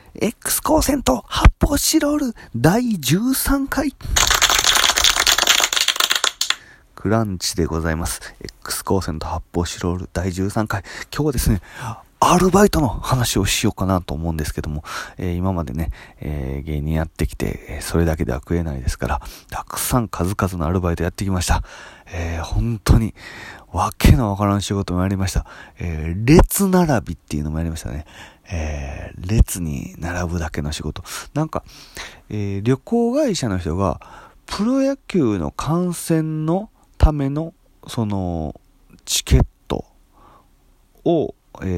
X 光線と発泡スチロール第13回クランチでございます。 X 光線と発泡スチロール第13回、今日はですねアルバイトの話をしようかなと思うんですけども、今までね、芸人やってきて、それだけでは食えないですから、たくさん数々のアルバイトやってきました。本当にわけのわからん仕事もやりました。列並びっていうのもやりましたね。列に並ぶだけの仕事。なんか、旅行会社の人がプロ野球の観戦のためのそのチケットを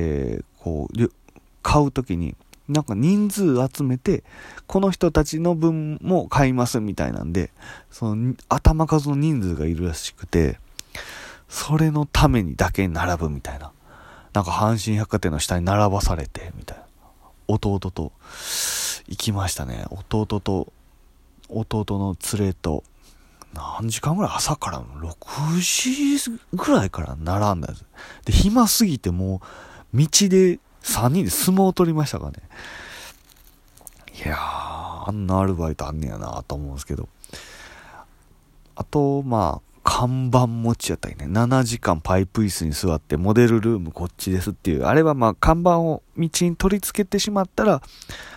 買うときになんか人数集めてこの人たちの分も買いますみたいなんで、その頭数の人数がいるらしくて、それのためにだけ並ぶみたいな、なんか阪神百貨店の下に並ばされてみたいな。弟と行きましたね。弟の連れと何時間ぐらい、朝から6時ぐらいから並んだんです。で、暇すぎてもう道で3人で相撲を取りましたからね。いやー、あんなアルバイトあんねやなと思うんですけど、あと看板持ちやったりね、7時間パイプ椅子に座ってモデルルームこっちですっていう、あれは看板を道に取り付けてしまったら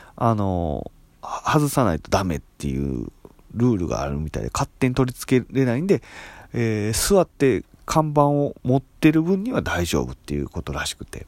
外さないとダメっていうルールがあるみたいで、勝手に取り付けれないんで、座って看板を持ってる分には大丈夫っていうことらしくて、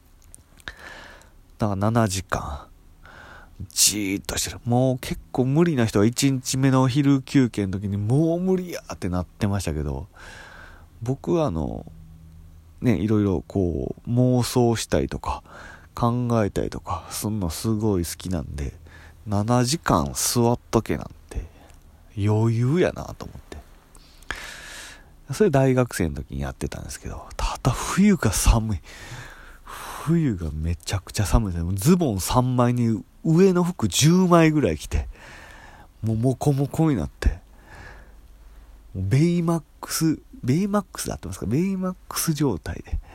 だから7時間じーっとしてる。もう結構無理な人は1日目の昼休憩の時にもう無理やってなってましたけど、僕はいろいろ妄想したりとか考えたりとかすんのすごい好きなんで、7時間座っとけなんて余裕やなと思って、それ大学生の時にやってたんですけど、ただ冬が寒い。冬がめちゃくちゃ寒いですね。ズボン3枚に上の服10枚ぐらい着て、もうモコモコになって、ベイマックスで合ってますか？ベイマックス状態で、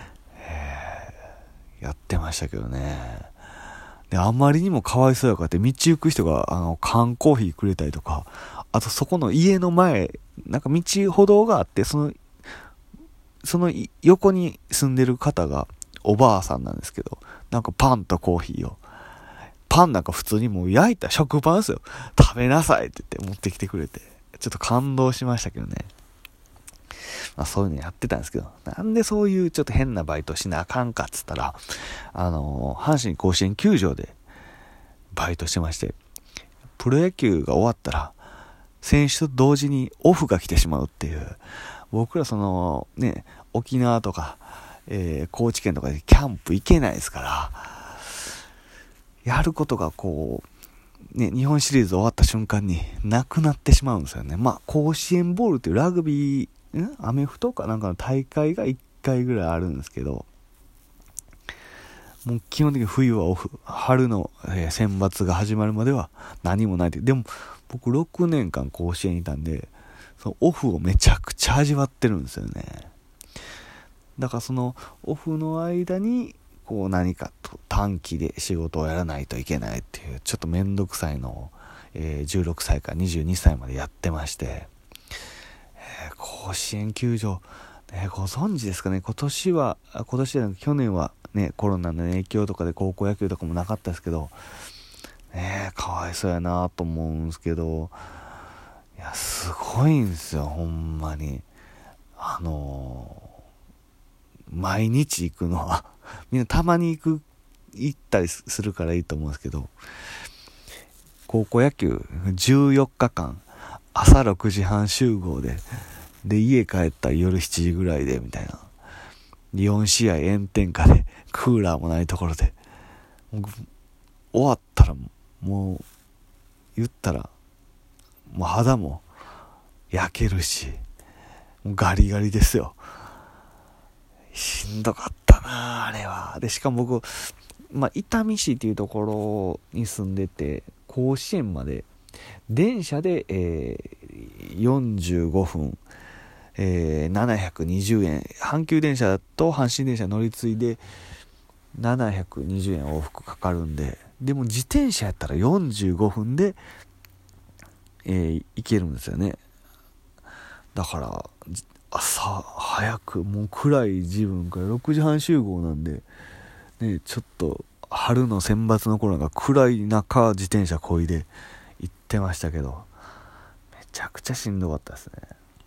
やってましたけどね。で、あまりにもかわいそうやからって道行く人が缶コーヒーくれたりとか、あとそこの家の前、なんか道歩道があって、その横に住んでる方がおばあさんなんですけど、なんかパンとコーヒーを、パンなんか普通にもう焼いた食パンですよ、食べなさいって言って持ってきてくれて、ちょっと感動しましたけどね。そういうのやってたんですけど、なんでそういうちょっと変なバイトしなあかんかっつったら、阪神甲子園球場でバイトしてまして、プロ野球が終わったら選手と同時にオフが来てしまうっていう、僕ら沖縄とか、高知県とかでキャンプ行けないですから、やることが日本シリーズ終わった瞬間になくなってしまうんですよね。甲子園ボールっていうラグビー、アメフトかなんかの大会が1回ぐらいあるんですけど、もう基本的に冬はオフ、春の、選抜が始まるまでは何もないで。でも僕6年間甲子園にいたんで、そのオフをめちゃくちゃ味わってるんですよね。だからそのオフの間に何かと短期で仕事をやらないといけないっていう、ちょっとめんどくさいのを、16歳から22歳までやってまして、甲子園球場、ご存知ですかね。今年じゃなく去年はね、コロナの影響とかで高校野球とかもなかったですけど、かわいそうやなと思うんですけど、いやすごいんですよ、ほんまに。毎日行くのはみんなたまに行ったりするからいいと思うんですけど、高校野球14日間朝6時半集合で家帰ったら夜7時ぐらいでみたいな、4試合炎天下でクーラーもないところで、終わったらもう言ったらもう肌も焼けるし、もうガリガリですよ。しんどかったなあれは。でしかも僕伊丹市っていうところに住んでて、甲子園まで電車で、45分、720円、阪急電車と阪神電車乗り継いで720円往復かかるんで、 でも自転車やったら45分で、行けるんですよね。だから朝早く、もう暗い自分から6時半集合なんで、ね、ちょっと春の選抜の頃なんか暗い中自転車こいで行ってましたけど、めちゃくちゃしんどかったです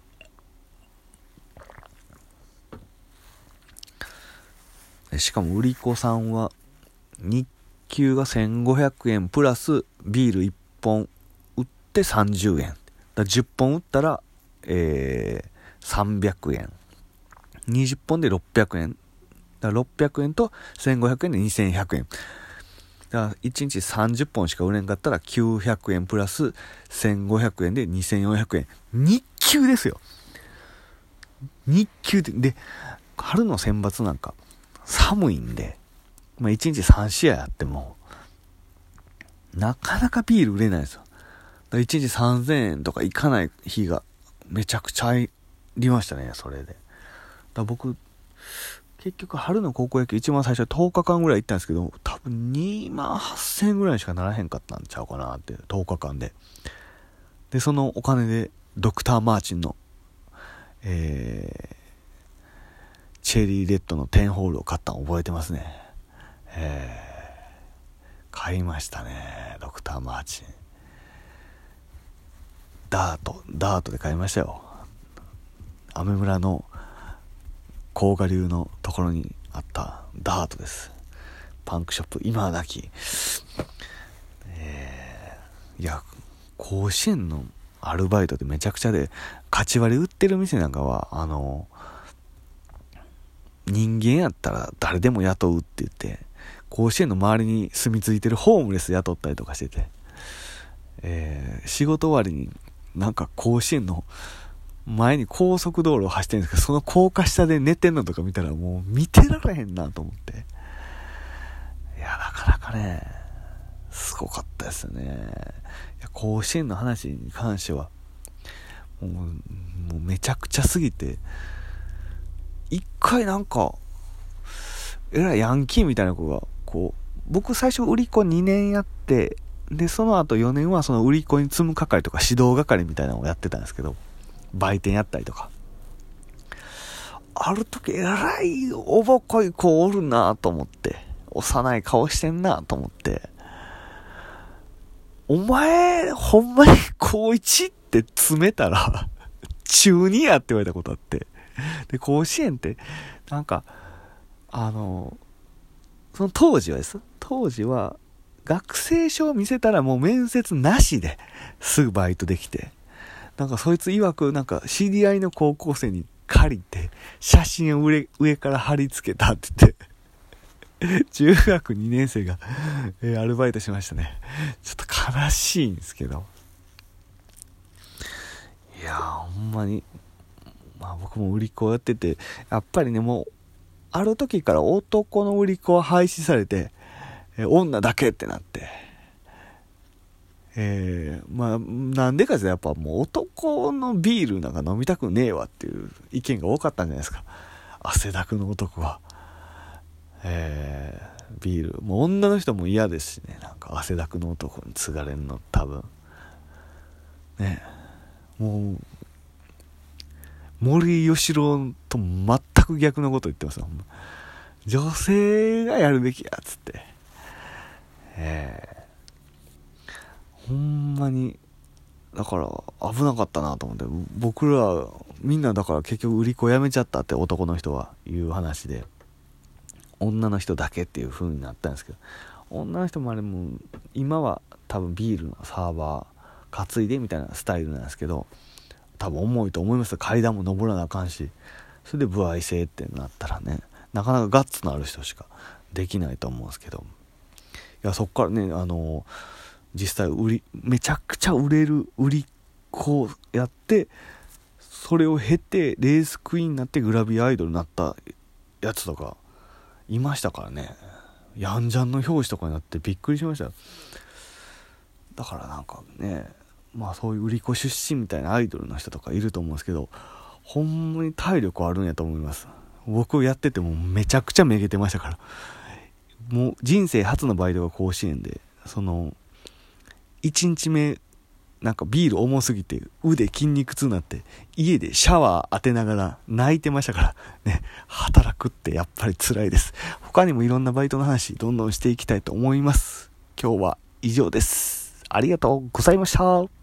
ね。しかも売り子さんは日給が1500円プラスビール1本売って30円だ、10本売ったら、300円、20本で600円だ、600円と1500円で2100円だから、1日30本しか売れんかったら900円プラス1500円で2400円。日給ですよ。日給で、春の選抜なんか寒いんで、1日3試合あってもなかなかビール売れないですよ。だから1日3000円とかいかない日がめちゃくちゃありましたね、それで。だから僕結局春の高校野球一番最初10日間ぐらい行ったんですけど、多分2万8000円ぐらいしかならへんかったんちゃうかなって、10日間で。でそのお金でドクターマーチンの、チェリーレッドの10ホールを買ったの覚えてますね。買いましたね、ドクターマーチン。ダートで買いましたよ。アメ村の甲賀流のところにあったダートです。パンクショップ今はなき。いや甲子園のアルバイトでめちゃくちゃで、勝ち割り売ってる店なんかは人間やったら誰でも雇うって言って甲子園の周りに住み着いてるホームレス雇ったりとかしてて、仕事終わりになんか甲子園の前に高速道路を走ってるんですけど、その高架下で寝てんのとか見たらもう見てられへんなと思って、いやなかなかねすごかったですよね。いや甲子園の話に関してはもうめちゃくちゃすぎて、一回なんかえらいヤンキーみたいな子がこう、僕最初売り子2年やって、でその後4年はその売り子に積む係とか指導係みたいなのをやってたんですけど、売店やったりとか、ある時えらいおぼこい子おるなと思って、幼い顔してんなと思って、お前ほんまに高1って詰めたら中2やって言われたことあって、で甲子園ってなんかその当時は学生証見せたらもう面接なしですぐバイトできて、なんかそいつ曰くなんか知り合いの高校生に借りて写真を上から貼り付けたって言って中学2年生が、アルバイトしましたね。ちょっと悲しいんですけど、いやほんまに僕も売り子やってて、やっぱりねもうある時から男の売り子は廃止されて、女だけってなって、なんでかってやっぱもう男のビールなんか飲みたくねえわっていう意見が多かったんじゃないですか。汗だくの男は、ビールもう女の人も嫌ですしね、なんか汗だくの男に継がれんの多分ね、もう森喜朗と全く逆のこと言ってますよ。女性がやるべきやつって、ほんまにだから危なかったなと思って、僕らみんなだから結局売り子辞めちゃったって男の人はいう話で、女の人だけっていう風になったんですけど、女の人もあれも今は多分ビールのサーバー担いでみたいなスタイルなんですけど、多分重いと思います。階段も登らなあかんし、それで歩合制ってなったらね、なかなかガッツのある人しかできないと思うんですけど、いやそっからね実際めちゃくちゃ売れる売り子やって、それを経てレースクイーンになってグラビアアイドルになったやつとかいましたからね。ヤンジャンの表紙とかになってびっくりしましたよ。だからなんかね、そういう売り子出身みたいなアイドルの人とかいると思うんですけど、ほんまに体力あるんやと思います。僕やっててもめちゃくちゃめげてましたから、 もう人生初のバイトが甲子園で、1日目、なんかビール重すぎて腕筋肉痛になって家でシャワー当てながら泣いてましたからね。働くってやっぱり辛いです。他にもいろんなバイトの話どんどんしていきたいと思います。今日は以上です。ありがとうございました。